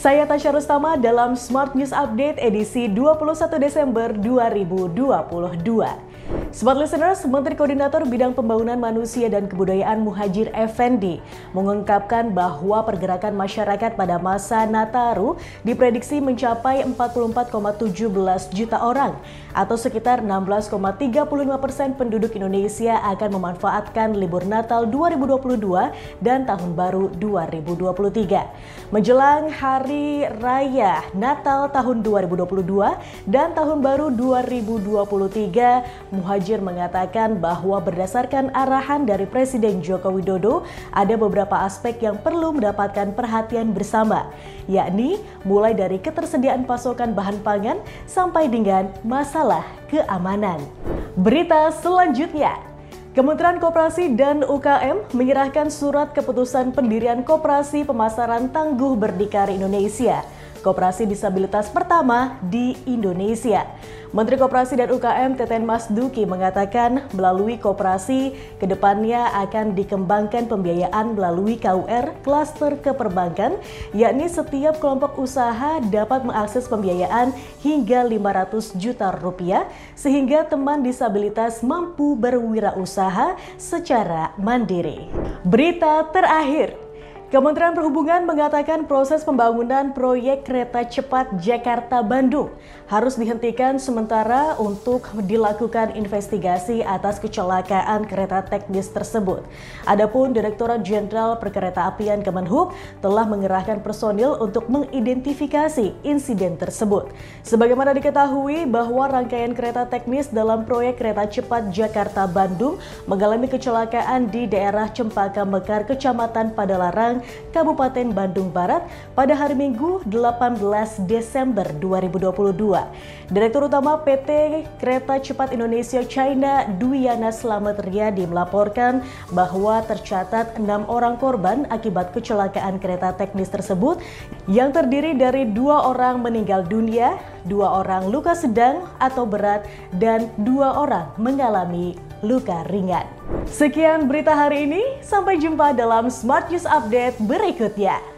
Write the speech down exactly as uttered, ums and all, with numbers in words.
Saya Tasya Rustama dalam Smart News Update edisi dua puluh satu Desember dua ribu dua puluh dua. Smart Listeners, Menteri Koordinator Bidang Pembangunan Manusia dan Kebudayaan Muhadjir Effendi mengungkapkan bahwa pergerakan masyarakat pada masa Nataru diprediksi mencapai empat puluh empat koma satu tujuh juta orang atau sekitar enam belas koma tiga lima persen penduduk Indonesia akan memanfaatkan libur Natal dua ribu dua puluh dua dan Tahun Baru dua ribu dua puluh tiga. Menjelang Hari Raya Natal tahun dua ribu dua puluh dua dan Tahun Baru dua ribu dua puluh tiga, Muhadjir mengatakan bahwa berdasarkan arahan dari Presiden Joko Widodo, ada beberapa aspek yang perlu mendapatkan perhatian bersama, yakni mulai dari ketersediaan pasokan bahan pangan sampai dengan masalah keamanan. Berita selanjutnya, Kementerian Koperasi dan U K M menyerahkan surat keputusan pendirian Koperasi Pemasaran Tangguh Berdikari Indonesia, koperasi disabilitas pertama di Indonesia. Menteri Koperasi dan U K M Teten Mas Duki mengatakan melalui koperasi kedepannya akan dikembangkan pembiayaan melalui K U R klaster keperbankan, yakni setiap kelompok usaha dapat mengakses pembiayaan hingga lima ratus juta rupiah sehingga teman disabilitas mampu berwirausaha secara mandiri. Berita terakhir, Kementerian Perhubungan mengatakan proses pembangunan proyek kereta cepat Jakarta-Bandung harus dihentikan sementara untuk dilakukan investigasi atas kecelakaan kereta teknis tersebut. Adapun Direktorat Jenderal Perkeretaapian Kemenhub telah mengerahkan personil untuk mengidentifikasi insiden tersebut. Sebagaimana diketahui bahwa rangkaian kereta teknis dalam proyek kereta cepat Jakarta-Bandung mengalami kecelakaan di daerah Cempaka Mekar, Kecamatan Padalarang, Kabupaten Bandung Barat pada hari Minggu delapan belas Desember dua ribu dua puluh dua. Direktur Utama P T Kereta Cepat Indonesia China Dwiana Slamet Riyadi melaporkan bahwa tercatat enam orang korban akibat kecelakaan kereta teknis tersebut yang terdiri dari dua orang meninggal dunia, dua orang luka sedang atau berat, dan dua orang mengalami luka ringan. Sekian berita hari ini, sampai jumpa dalam Smart News Update berikutnya.